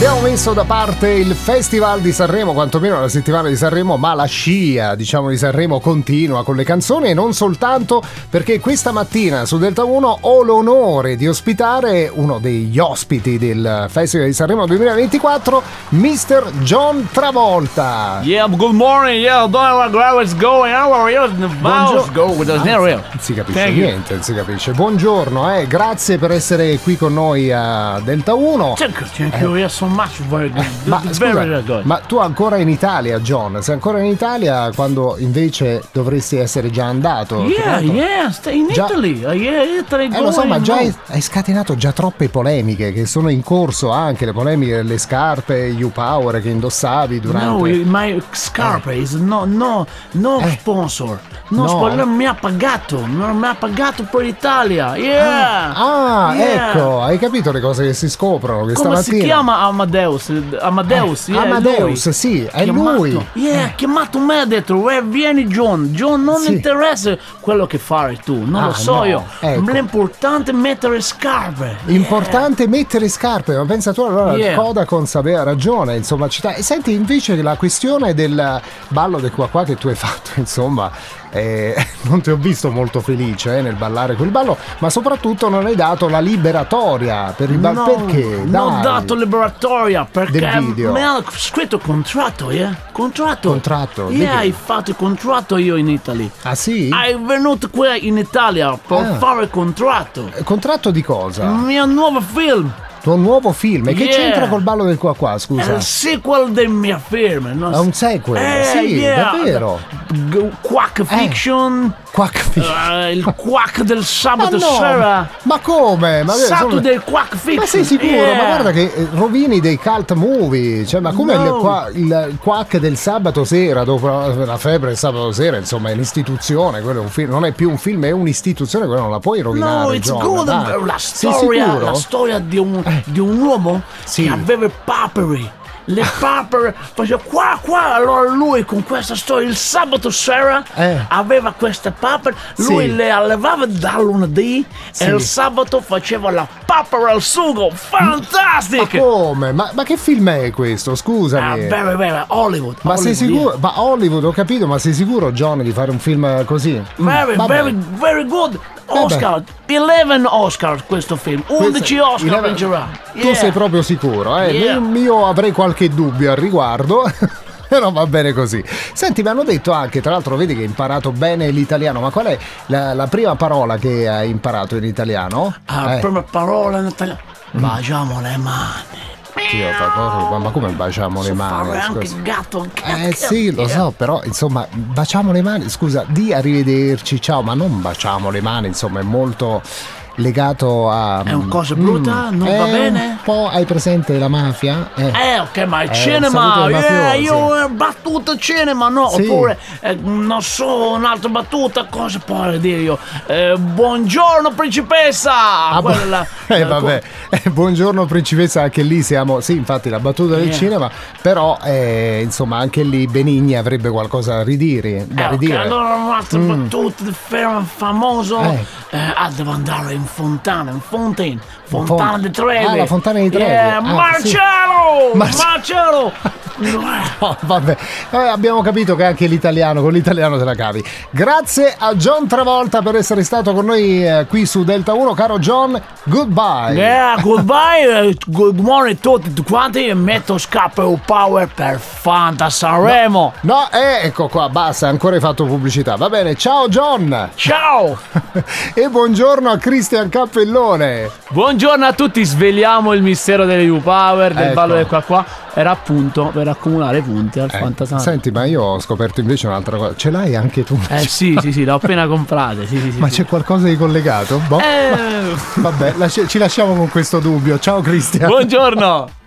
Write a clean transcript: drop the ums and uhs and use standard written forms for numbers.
Abbiamo messo da parte il Festival di Sanremo, quantomeno la settimana di Sanremo, ma la scia, diciamo, di Sanremo continua con le canzoni, e non soltanto, perché questa mattina su Delta 1 ho l'onore di ospitare uno degli ospiti del Festival di Sanremo 2024, Mr. John Travolta. Yeah, good morning. Yeah, don't know what's going on. How are you? Go with us. Non si capisce niente, non si capisce. Buongiorno, grazie per essere qui con noi a Delta 1. Thank you. Yes, so much. Very good. Ma, scusa, ma tu ancora in Italia, John? Sei ancora in Italia quando invece dovresti essere già andato? Stay in Italy. Italy. Lo so, ma già hai scatenato già troppe polemiche che sono in corso, anche le polemiche delle scarpe U-Power che indossavi durante... No, my scarpe is no sponsor. Non mi ha pagato per l'Italia. Ecco, hai capito le cose che si scoprono che come stamattina. Si chiama Amadeus? Amadeus, sì, è lui. Ha chiamato me, ha detto vieni John, non interessa quello che fai tu, non lo so io. Ecco. L'importante è mettere scarpe. Importante mettere scarpe, ma pensa tu, allora Kodakons aveva ragione, insomma. E senti, invece la questione del ballo del qua che tu hai fatto, insomma, non ti ho visto molto felice nel ballare quel ballo, ma soprattutto non hai dato la liberatoria per il ballo. Perché? Non ho dato liberatoria perché del video. Mi hanno scritto contratto. Contratto? Hai fatto il contratto io in Italia. Ah sì? Hai venuto qui in Italia per fare il contratto. Contratto di cosa? Il mio nuovo film. Tuo nuovo film? E che c'entra col ballo del qua, scusa? È il sequel del mio film. È un sequel? Sì, davvero. Quack Fiction. Il quack del sabato sera. Ma come? Ma Saturday Quack Fiction. Ma sei sicuro? Ma guarda che rovini dei cult movie. Cioè, ma come il quack del sabato sera, dopo la febbre del sabato sera, insomma, è un'istituzione. Quello è un film, non è più un film, è un'istituzione, quello non la puoi rovinare. No, it's good. La storia di un uomo che aveva paperi. Le papere faceva qua, allora lui con questa storia il sabato sera aveva queste papere, lui le allevava da lunedì e il sabato faceva la papera al sugo. Fantastico! Ma come? Ma che film è questo? Scusami. Very Hollywood. Ma sei sicuro? Ma Hollywood, ho capito, ma sei sicuro, John, di fare un film così? Very good. Oscar, 11 Oscar questo film, 11 Oscar vincerà. Tu sei proprio sicuro, Io avrei qualche dubbio al riguardo. Però va bene così. Senti, mi hanno detto anche, tra l'altro vedi che hai imparato bene l'italiano, ma qual è la prima parola che hai imparato in italiano? La prima parola in italiano? Baciamo le mani. Ma come baciamo le mani? Fare anche il gatto. Sì, lo so, però insomma, baciamo le mani. Scusa, di arrivederci, ciao, ma non baciamo le mani, insomma, è molto legato a... È una cosa brutta? Non va bene? Un po', hai presente la mafia? Ok, ma il cinema, io battuta cinema, no? Sì. Oppure, non so, un'altra battuta, cosa puoi dire io? Buongiorno principessa! Vabbè, buongiorno principessa, anche lì siamo, sì, infatti la battuta del cinema, però insomma anche lì Benigni avrebbe qualcosa da ridire. Allora un'altra battuta di film famoso, devo andare in Fontana di Trevi. La Fontana di Trevi. Marcello! No, vabbè, abbiamo capito che anche con l'italiano te la cavi. Grazie a John Travolta per essere stato con noi qui su Delta 1, caro John. Goodbye. Goodbye. Good morning a tutti quanti. E metto scarpe U-Power per Fanta Sanremo. No, ecco qua, basta, ancora hai fatto pubblicità. Va bene, ciao John. Ciao. E buongiorno a Cristian Cappellone. Buongiorno a tutti, sveliamo il mistero delle U-Power, del ballo del qua. Era appunto per accumulare punti al Fanta Sanremo. Senti, ma io ho scoperto invece un'altra cosa. Ce l'hai anche tu? Sì, l'ho appena comprata. Sì, ma c'è qualcosa di collegato? Vabbè, ci lasciamo con questo dubbio. Ciao Cristian. Buongiorno.